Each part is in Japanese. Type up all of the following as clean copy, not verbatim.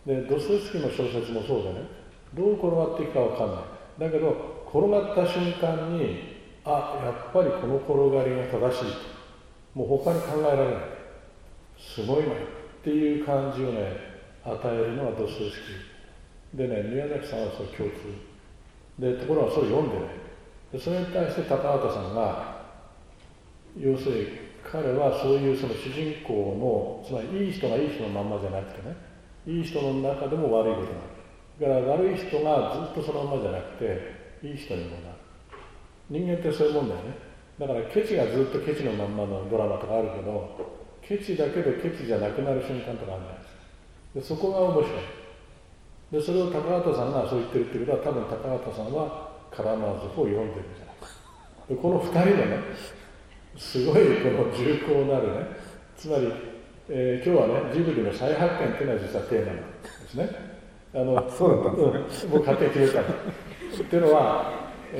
でドストエフスキーの小説もそうでね、どう転がっていくか分かんない。だけど転がった瞬間に、あ、やっぱりこの転がりが正しいと、もう他に考えられない、すごいなっていう感じをね与えるのがドストエフスキーでね、宮崎さんはそれ共通で、ところがそれ読んでね、でそれに対して高畑さんが、要するに彼はそういうその主人公の、つまりいい人がいい人のまんまじゃなくてね、いい人の中でも悪いことがある。だから悪い人がずっとそのままじゃなくて、いい人にもなる。人間ってそういうもんだよね。だからケチがずっとケチのまんまのドラマとかあるけど、ケチだけどケチじゃなくなる瞬間とかあるじゃないですか。でそこが面白い。でそれを高畑さんがそう言ってるっていうことは、多分高畑さんはカラマーゾフを読んでるんじゃないか。でこの2人のね、すごいこの重厚なるね、つまり、今日はねジブリの再発見っていうのは実はテーマなんですね。 そうだったんですね。 僕勝手に決めたの。っていうのは、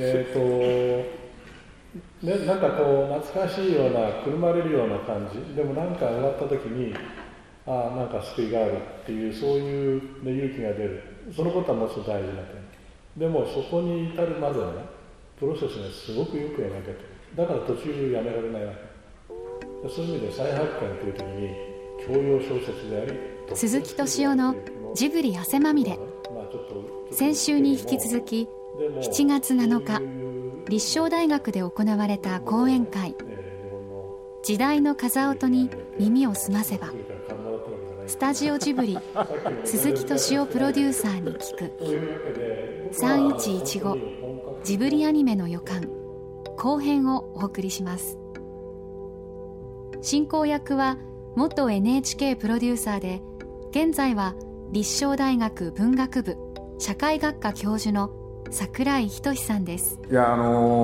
ね、なんかこう懐かしいような、くるまれるような感じでも、なんか終わった時に、ああなんか救いがあるっていう、そういう、ね、勇気が出る。そのことはもうすごく大事な点でも、そこに至るまでのねプロセスがすごくよく描けてる。だから途中やめられないわけ。そういう意味で再発見という時に教養小説であり、 鈴木敏夫のジブリ汗まみれ。先週に引き続き7月7日立正大学で行われた講演会、時代の風音に耳を澄ませば、スタジオジブリ鈴木敏夫プロデューサーに聞く3115ジブリアニメの予感後編をお送りします。進行役は元 NHK プロデューサーで、現在は立正大学文学部社会学科教授の櫻井仁さんです。 いや、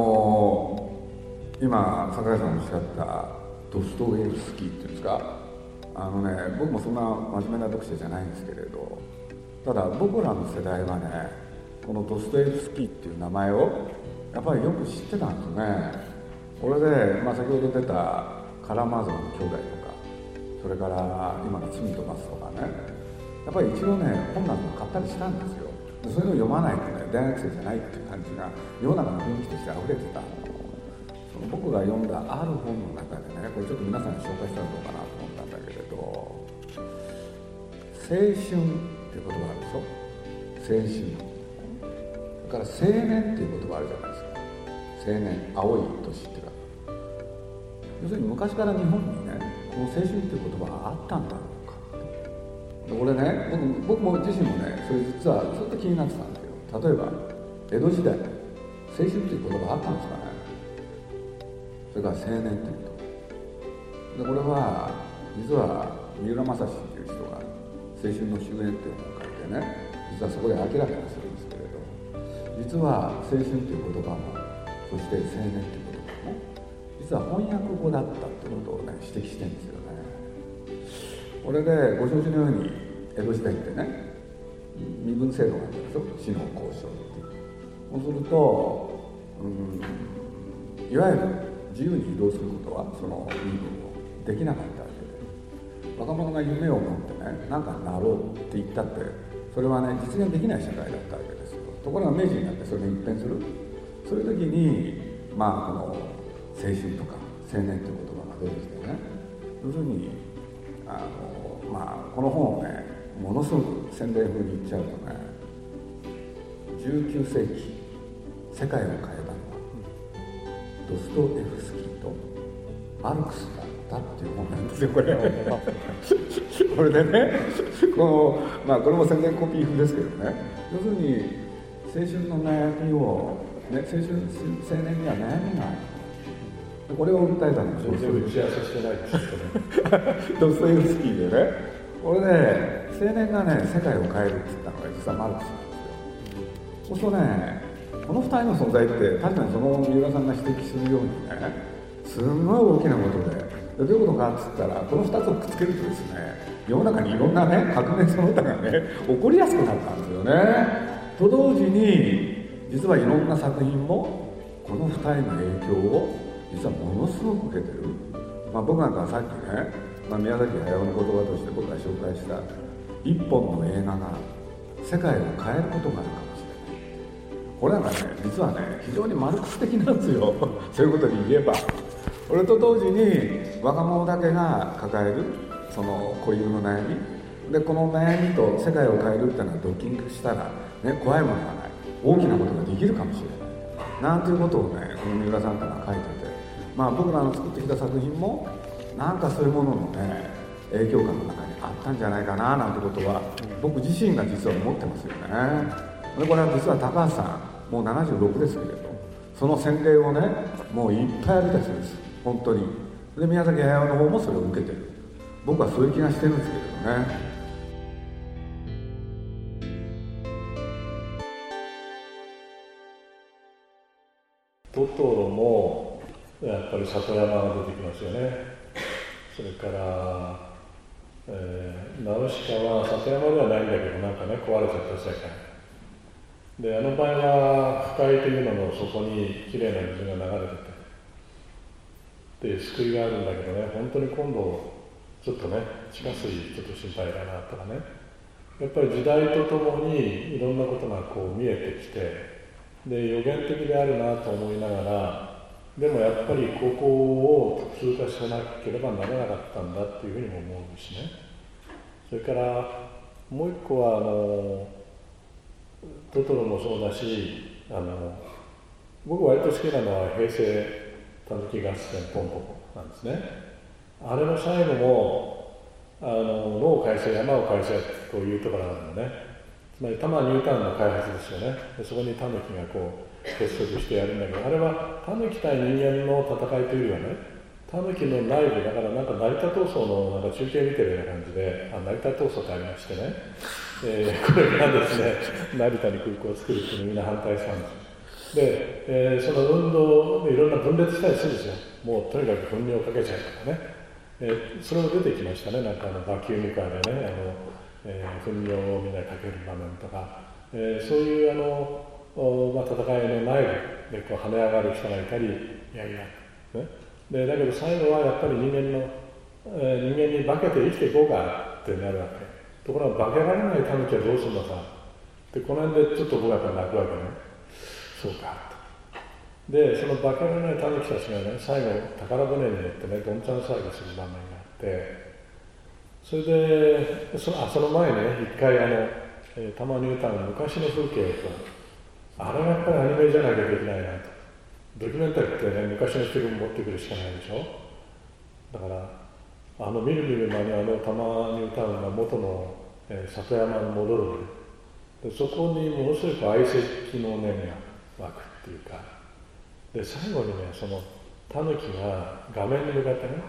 今櫻井さんおっしゃったドストエフスキーっていうんですか、僕もそんな真面目な読者じゃないんですけれど、ただ僕らの世代はね、このドストエフスキーっていう名前をやっぱりよく知ってたんですよね。これで、先ほど出たカラマーゾフの兄弟とか、それから今の罪と罰とかね、やっぱり一度ね本なんか買ったりしたんですよ。でそういうのを読まないとね、大学生じゃないっていう感じが世の中の雰囲気として溢れてた。その僕が読んだある本の中でね、これちょっと皆さんに紹介したらどうかなと思ったんだけれど、青春っていう言葉あるでしょ。青春、それから青年っていう言葉あるじゃないですか。青年、青い年っていうか、要するに昔から日本にね、この青春っていう言葉があったんだろうかって。で俺ね、僕も自身もね、それ実はずっと気になってたんですよ。例えば江戸時代、青春っていう言葉あったんですかね。それから青年っていうことで、これは実は三浦正史っていう人が青春の終焉っていう本を書いてね、実はそこで明らかにするんですけれど、実は青春っていう言葉も、そして青年っていう言葉も実は翻訳語だったってことをね指摘してるんですよね。これでご承知のように江戸時代ってね、身分制度があったでしょ。士の交渉っていう。そうすると、いわゆる自由に移動することはその身分をできなかったわけで、若者が夢を持ってね、なんかなろうって言ったってそれはね実現できない社会だったわけですよ。ところが明治になってそれが一変する。そういう時にこの青春とか青年という言葉が出てきてね、要するにこの本をねものすごく宣伝風に言っちゃうとね、19世紀世界を変えたのはドストエフスキーとマルクスだったっていう本なんですよ、これ。これでね、これも宣伝コピー風ですけどね、要するに青春の悩みを、ね、青年には悩みがある。これを訴えたのが全然打ち合わせしてないですけどね。 ドストエフスキーでね、これで青年がね世界を変えるって言ったのが実はマルクスなんですよ。そうするとね、この2人の存在って確かにその三浦さんが指摘するようにね、すんごい大きなことで、どういうことかっつったら、この2つをくっつけるとですね、世の中にいろんなね革命その他がね起こりやすくなったんですよね。と同時に実はいろんな作品もこの2人の影響を実はものすごく受けてる。僕なんかはさっきね、宮崎駿の言葉として僕が紹介した一本の映画が世界を変えることがあるかもしれない。これはね、実はね、非常にマルクス的なんですよそういうことに言えば。それと同時に若者だけが抱えるその固有の悩みで、この悩みと世界を変えるっていうのはドッキングしたら、ね、怖いものがない、大きなことができるかもしれないなんていうことをね、この三浦さんから書いてて、僕らの作ってきた作品もなんかそういうもののね影響感の中にあったんじゃないかななんてことは僕自身が実は思ってますよね。でこれは実は高橋さんもう76ですけれど、その洗礼をねもういっぱい浴びた人です本当に。で宮崎駿の方もそれを受けてる。僕はそういう気がしてるんですけれどね。 トトロもやっぱり里山が出てきますよね。それからナウシカは里山ではないんだけど、なんかね壊れちゃった世界で、あの場合は深いというのの底にきれいな水が流れてて、で救いがあるんだけどね、本当に今度ちょっとね地下水ちょっと心配だなとかね、やっぱり時代とともにいろんなことがこう見えてきて、で予言的であるなと思いながら、でもやっぱりここを通過しなければならなかったんだっていうふうにも思うしね。それからもう一個はトトロもそうだし、僕割と好きなのは平成たぬき合戦ポンポコなんですね。あれの最後も野を返せ山を返せというところがあるのね。つまり多摩ニュータウンの開発ですよね。でそこにタヌキがこう結束してやるんだけど、あれはタヌキ対人間の戦いというよりはね、タヌキの内部だから、なんか成田闘争のなんか中継見てるような感じで、成田闘争ってありましてね、これがですね成田に空港を作るっていうのをみんな反対したんです。で、その運動でいろんな分裂したりするんですよ。もうとにかく糞尿をかけちゃうとかね、それも出てきましたね。なんかバキュームカーでね糞尿をみんなにかける場面とか、そういう戦いの内部でこう跳ね上がる人がいたり、いやいや、ね、でだけど最後はやっぱり人間に化けて生きていこうかってなるわけ。ところが化けられないタヌキはどうするのかで、この辺でちょっと僕はやっぱり泣くわけね。そうかと。でその化けられないタヌキたちがね、最後宝船に乗ってねどんちゃん騒ぎする場面があって、それでその前にね一回多摩ニュータウンの昔の風景と、あれはやっぱりアニメじゃなきゃできないなと。ドキュメンタリーってね昔のフィルム持ってくるしかないでしょ。だから見る間に多摩ニュータウンが元の、里山に戻るので、そこにものすごく愛石の念が湧くっていうか、で最後にねそのタヌキが画面に向かってね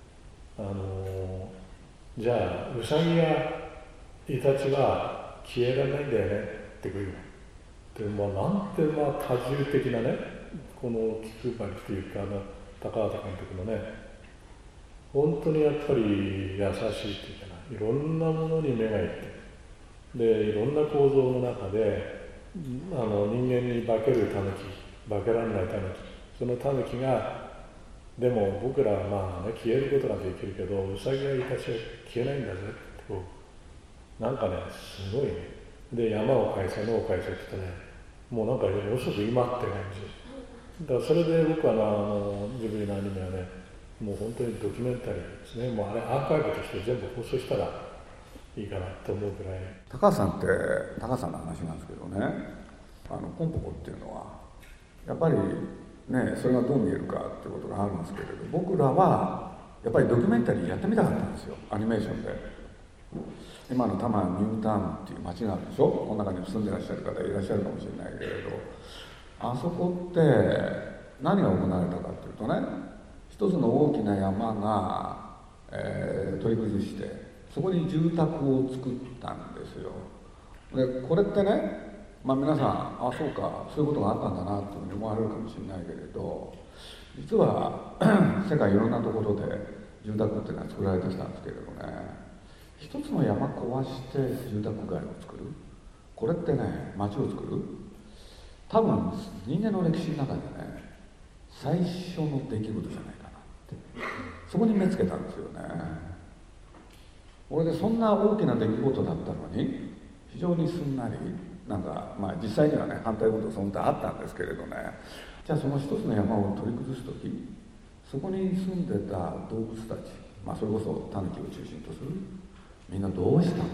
じゃあウサギやイタチは消えられないんだよねってくる。でなんて多重的なねこの気配りっていうか高畑監督のね、本当にやっぱり優しいっていうかな、いろんなものに目がいって、でいろんな構造の中で人間に化けるタヌキ、化けられないタヌキ、そのタヌキがでも僕らは消えることができるけど、ウサギやイタチは消えないんだぜってこうなんかねすごいね。で山を返せ野を返せって言ってね、もうなんか要するに今って感じだから、それで僕はジブリのアニメはねもう本当にドキュメンタリーですね。もうあれアーカイブとして全部放送したらいいかなと思うぐらい。 高橋さんって高橋さんの話なんですけどね、ポンポコっていうのはやっぱりねそれがどう見えるかっていうことがあるんですけれど、僕らはやっぱりドキュメンタリーやってみたかったんですよ、アニメーションで。今の多摩ニュータウンっていう街があるでしょ。この中に住んでらっしゃる方いらっしゃるかもしれないけれど、あそこって何が行われたかっていうとね、一つの大きな山が、取り崩して、そこに住宅を作ったんですよ。でこれってね、皆さんあそうかそういうことがあったんだなというふうに思われるかもしれないけれど、実は世界いろんなところで住宅っていうのは作られてきたんですけれどね、一つの山壊して住宅街を作る、これってね街を作る、多分人間の歴史の中でね最初の出来事じゃないかなって、そこに目つけたんですよね。 これでそんな大きな出来事だったのに非常にすんなりなんか、実際にはね反対運動その他あったんですけれどね、じゃあその一つの山を取り崩す時、そこに住んでた動物たち、それこそタヌキを中心とするみんなどうしたんだろうって、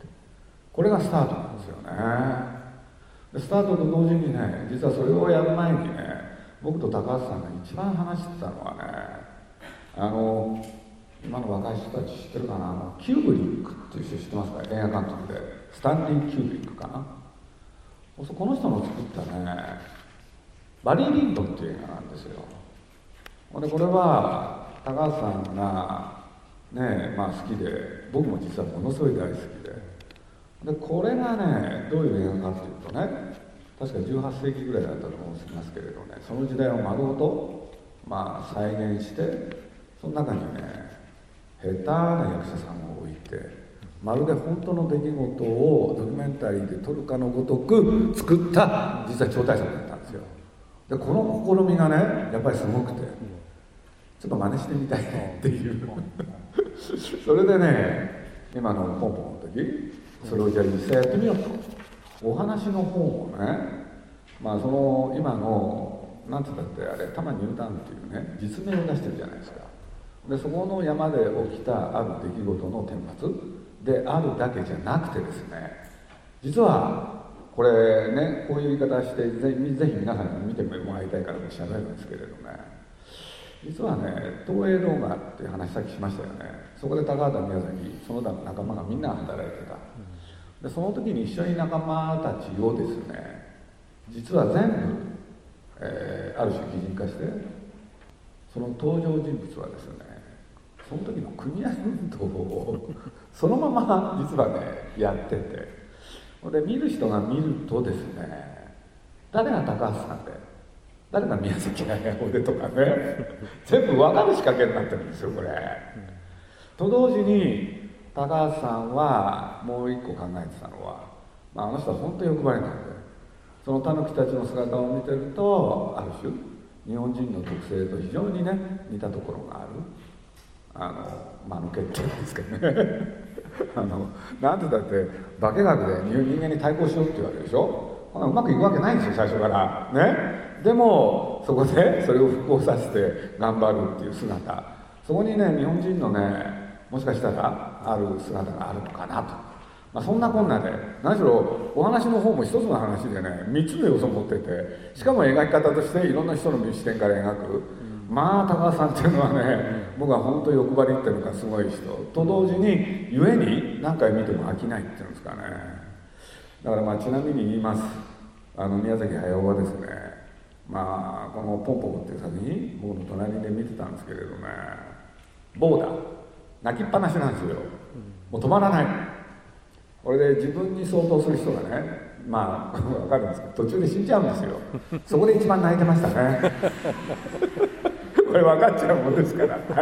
これがスタートなんですよね。でスタートと同時にね、実はそれをやる前にね、僕と高橋さんが一番話してたのはね、今の若い人たち知ってるかな、キューブリックっていう人知ってますか、映画監督でスタンリー・キューブリックかな。この人の作ったねバリー・リンドンっていう映画なんですよ。でこれは高橋さんがね、好きで、僕も実はものすごい大好きで、これがねどういう映画かっていうとね、確か18世紀ぐらいだったと思いますけれどね、その時代を丸ごと再現して、その中にね下手な役者さんを置いて、まるで本当の出来事をドキュメンタリーで撮るかのごとく作った実は超大作だったんですよ。でこの試みがねやっぱりすごくて、ちょっと真似してみたいねっていうそれでね、今のポンポンの時それをじゃあ実際やってみようと、お話の方をね、その今のなんて言ったってあれ多摩ニュータウンっていうね実名を出してるじゃないですか。でそこの山で起きたある出来事の顛末であるだけじゃなくてですね、実はこれね、こういう言い方してぜひ皆さんに見てもらいたいからおしゃべるんですけれどね、実はね東映動画っていう話さっきしましたよね。そこで高畑宮崎その他の仲間がみんな働いてた。でその時に一緒に仲間たちをですね、実は全部、ある種擬人化して、その登場人物はですね、その時の組合運動をそのまま実はねやってて、で見る人が見るとですね、誰が高橋さんで誰が宮崎駿でとかね全部分かる仕掛けになってるんですよこれ。と同時に高橋さんはもう一個考えてたのは、あの人は本当に欲張りなんで、そのタヌキたちの姿を見てるとある種日本人の特性と非常にね似たところがある。間抜けって言うんですけどねなんてだって化学で人間に対抗しようって言われるでしょ。うまくいくわけないんですよ最初からね。でもそこでそれを復興させて頑張るっていう姿、そこにね日本人のねもしかしたらある姿があるのかなと。そんなこんなで、何しろお話の方も一つの話でね3つの要素を持ってて、しかも描き方としていろんな人の視点から描く。高橋さんっていうのはね、僕は本当に欲張りっていうのがすごい人と同時に、故に何回見ても飽きないっていうんですかね。だからちなみに言います。宮崎駿はですね、このポンポコっていう作品、僕の隣で見てたんですけれどね、ボーダー、泣きっぱなしなんですよ。もう止まらない。これで自分に相当する人がね、分かるんですけど、途中で死んじゃうんですよ。そこで一番泣いてましたね。これ分かっちゃうもんですから。はい。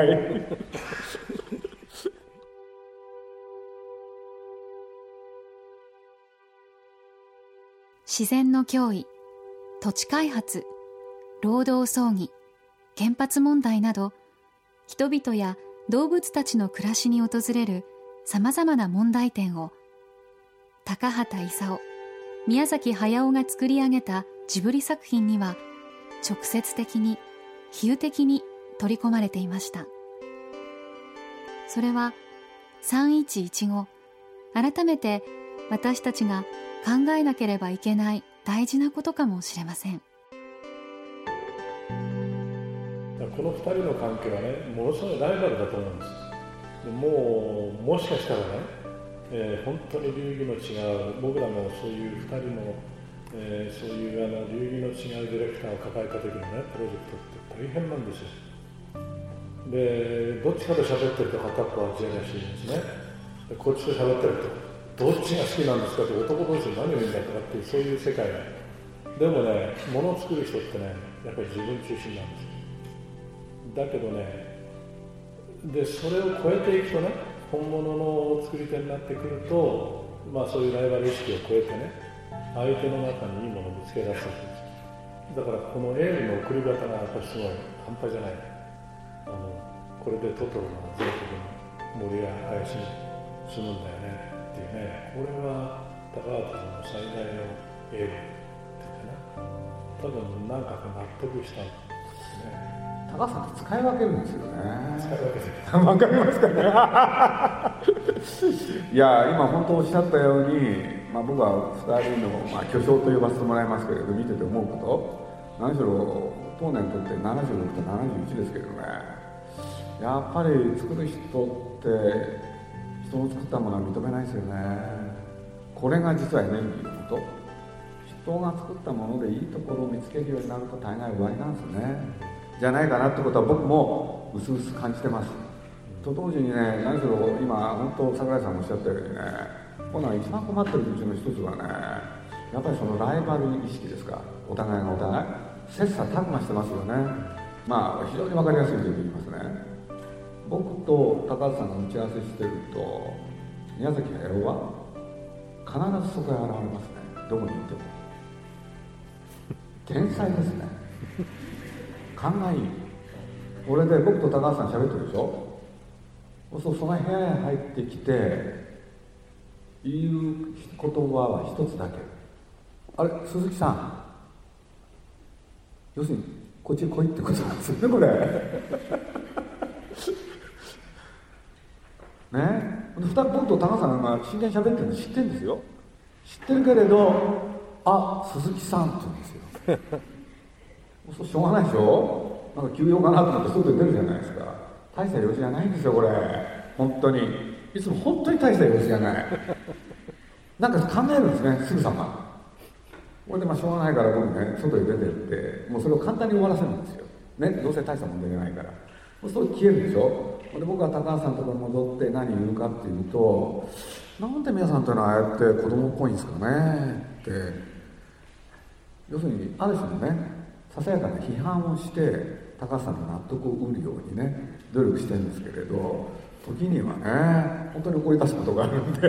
自然の脅威、土地開発、労働争議、原発問題など、人々や動物たちの暮らしに訪れるさまざまな問題点を、高畑勲、宮崎駿が作り上げたジブリ作品には直接的に比喩的に取り込まれていました。それは3.11後、改めて私たちが考えなければいけない大事なことかもしれません。 この2人の関係はね、ものすごいライバルだと思うんです。もしかしたらね、本当に流儀の違う、僕らもそういう2人の、そういう流儀の違うディレクターを抱えた時のねプロジェクトって大変なんですよ。でどっちかと喋ってると片っぽはジェラシーですね。でこっちと喋ってるとどっちが好きなんですかって、男同士で何を言うんだとかっていう、そういう世界が。でもね、物を作る人ってねやっぱり自分中心なんですよ。だけどね、でそれを超えていくとね、本物の作り手になってくると、そういうライバル意識を超えてね、相手の中にいいものを見つけ出すわけです。だからこのエールの送り方がやっぱりすごい半端じゃない。これでトトロが全国に森や林に住むんだよねっていうね、これは高畑さんの最大の英語っていうかな、多分なんか納得したんですね。 高畑さんって使い分けるんですよね。 使い分けてる。 わかりますかね。いや今本当おっしゃったように、僕は2人の、巨匠と呼ばせてもらいますけれど、見てて思うこと、何しろ当年にとって76と71ですけれどね、やっぱり作る人って人の作ったものは認めないですよね。これが実はエネルギーのこと。人が作ったものでいいところを見つけるようになると大概終わりなんですね。じゃないかなってことは僕もうすうす感じてます。と同時にね、何しろ今本当櫻井さんもおっしゃったようにね、この一番困ってるうちの一つはね、やっぱりそのライバル意識ですか。お互いがお互い切磋琢磨してますよね。非常に分かりやすいと言いますね。僕と高橋さんが打ち合わせしてると、宮崎駿は必ずそこへ現れますね。どこに行っても天才ですね。勘がいい。これで僕と高橋さん喋ってるでしょ。その部屋へ入ってきて言う言葉は一つだけ。あれ、鈴木さん、要するにこっち来いってことなんですよね、これね。僕と高橋さんが真剣に喋ってるの知ってるんですよ。知ってるけれど、あ、鈴木さんって言うんですよそうしょうがないでしょ。なんか休養かなと思って外に出るじゃないですか。大した用事じゃないんですよ、これ。本当にいつも本当に大した用事じゃないなんか考えるんですね、すぐさま。これでしょうがないから僕ね、外に出てってもうそれを簡単に終わらせるんですよね。どうせ大した問題じゃないから。そうすると消えるでしょ。で僕は高橋さんのところに戻って何言うかっていうと、なんで皆さんというのはああやって子供っぽいんですかねって、要するにある種のね、ささやかな批判をして高橋さんの納得を得るようにね努力してるんですけれど、時にはね本当に怒り出すことがあるんで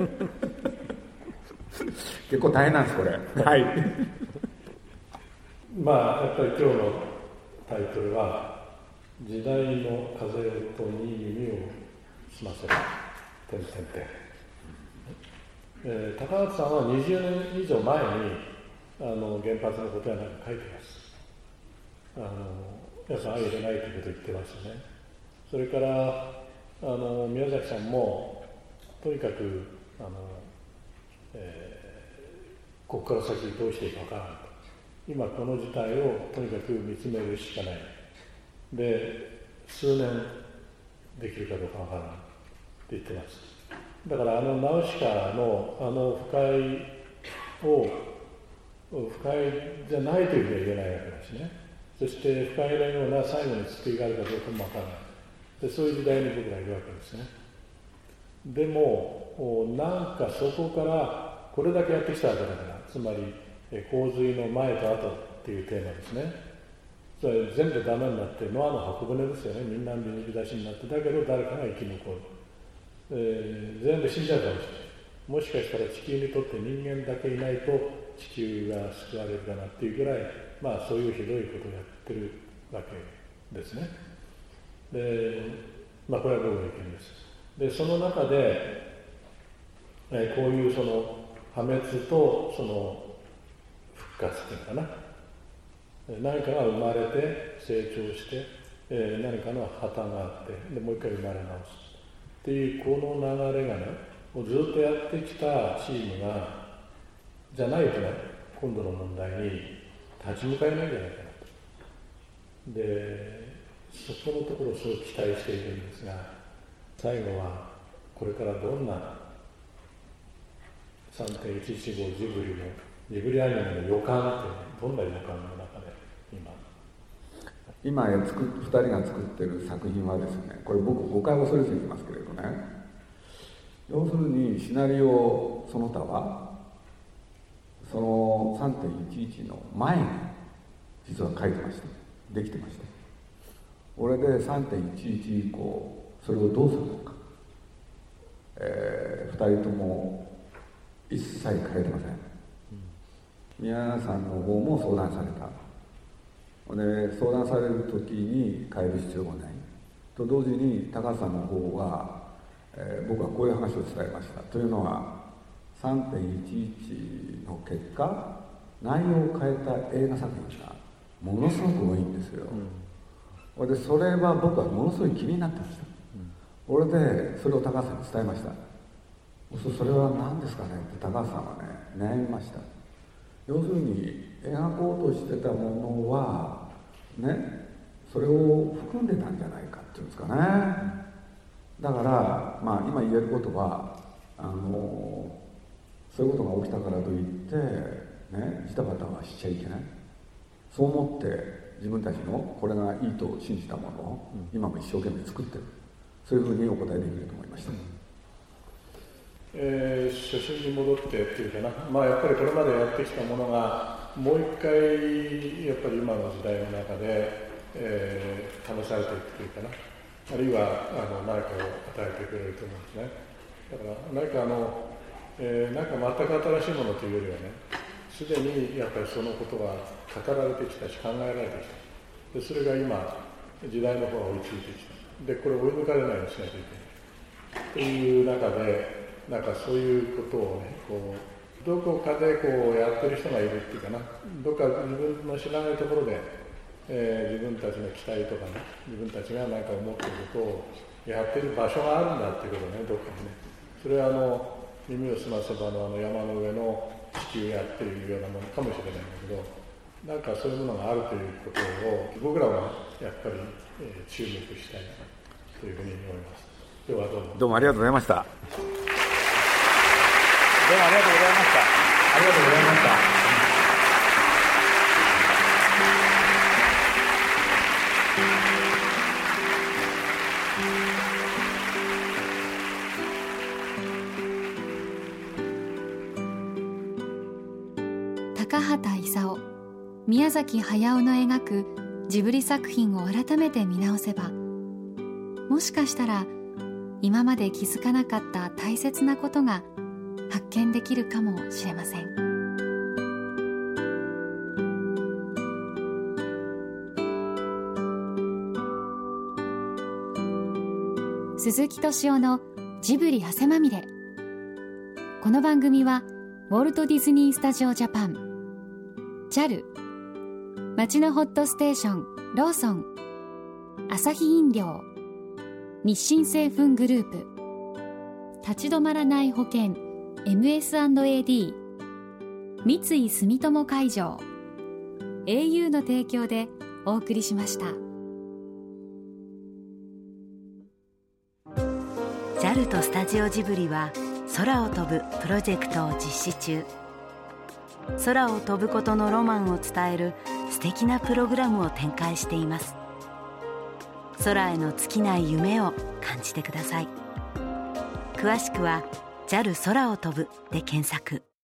結構大変なんですこれはいやっぱり今日のタイトルは時代の風音に耳を澄ませる高畑さんは20年以上前に原発のことやなんか書いてます。皆さん愛でないということを言ってますよね。それから宮崎さんもとにかくここから先どうしていいかわからないと。今この事態をとにかく見つめるしかない。で、数年できるかどうかわからないって言ってます。だからナウシカの不快を不快じゃないというふうには言えないわけですね。そして不快なような最後に救いがあるかどうかもわからない。でそういう時代に僕らいるわけですね。でもなんかそこからこれだけやってきたわけだから、つまり洪水の前と後っていうテーマですね。それ全部ダメになってノアの箱舟ですよね。みんな水浸しになって、だけど誰かが生き残る、全部死んじゃうかもしれない。もしかしたら地球にとって人間だけいないと地球が救われるかなっていうぐらい、そういうひどいことをやってるわけですね。で、これは僕の意見です。で、その中で、こういうその破滅とその復活っていうのかな、何かが生まれて成長して、何かの旗があって、でもう一回生まれ直すっていうこの流れがね、もうずっとやってきたチームがじゃないとね、今度の問題に立ち向かえないんじゃないかなと。で、そこのところをすごく期待しているんですが、最後はこれからどんな3.115 ジブリアニメの予感ってどんな予感の中で今 2人が作ってる作品はですね、これ僕誤解を恐れずに言いますけれどね、要するにシナリオその他はその 3.11 の前に実は書いてました。できてました。これで 3.11 以降それをどうするのか、2人とも一切変えてません。宮さんの方も相談された。で相談される時に変える必要がないと同時に高橋さんの方は僕はこういう話を伝えました。というのは 3.11 の結果、内容を変えた映画作品がものすごく多いんですよ。でそれは僕はものすごい気になってました。俺でそれを高橋さんに伝えました。それは何ですかねって高橋さんはね悩みました。要するに描こうとしてたものはね、それを含んでたんじゃないかっていうんですかね。だから、今言えることはそういうことが起きたからといってね、ジタバタはしちゃいけない。そう思って自分たちのこれがいいと信じたものを今も一生懸命作ってる、そういうふうにお答えできると思いました。 初心に戻ってっていうかな、やっぱりこれまでやってきたものがもう一回やっぱり今の時代の中で、試されていくというかな、あるいは何かを与えてくれると思うんですね。だから何か全く新しいものというよりはね、すでにやっぱりそのことが語られてきたし考えられてきた。でそれが今時代の方が追いついてきた。でこれを追い抜かれないようにしないといけないという中で、そういうことをね、どこかでやってる人がいるっていうかな、どっか自分の知らないところで、自分たちの期待とかね、自分たちが何か思っていることをやってる場所があるんだっていうことをね、どっかにね、それは耳を澄ませばの山の上の地球やっていうようなものかもしれないんだけど、そういうものがあるということを僕らはやっぱり、注目したいなというふうに思います。今日はどうもありがとうございました。どうもありがとうございました。ありがとうございました。 高畑勲、宮崎駿の描くジブリ作品を改めて見直せば、もしかしたら今まで気づかなかった大切なことが発見できるかもしれません。鈴木敏夫のジブリ汗まみれ。この番組はウォルト・ディズニー・スタジオ・ジャパン、JAL、町のホットステーションローソン、アサヒ飲料、日清製粉グループ、立ち止まらない保険 MS&AD、 三井住友海上、 au の提供でお送りしました。 JAL とスタジオジブリは空を飛ぶプロジェクトを実施中。空を飛ぶことのロマンを伝える素敵なプログラムを展開しています。空への尽きない夢を感じてください。詳しくは JAL 空を飛ぶで検索。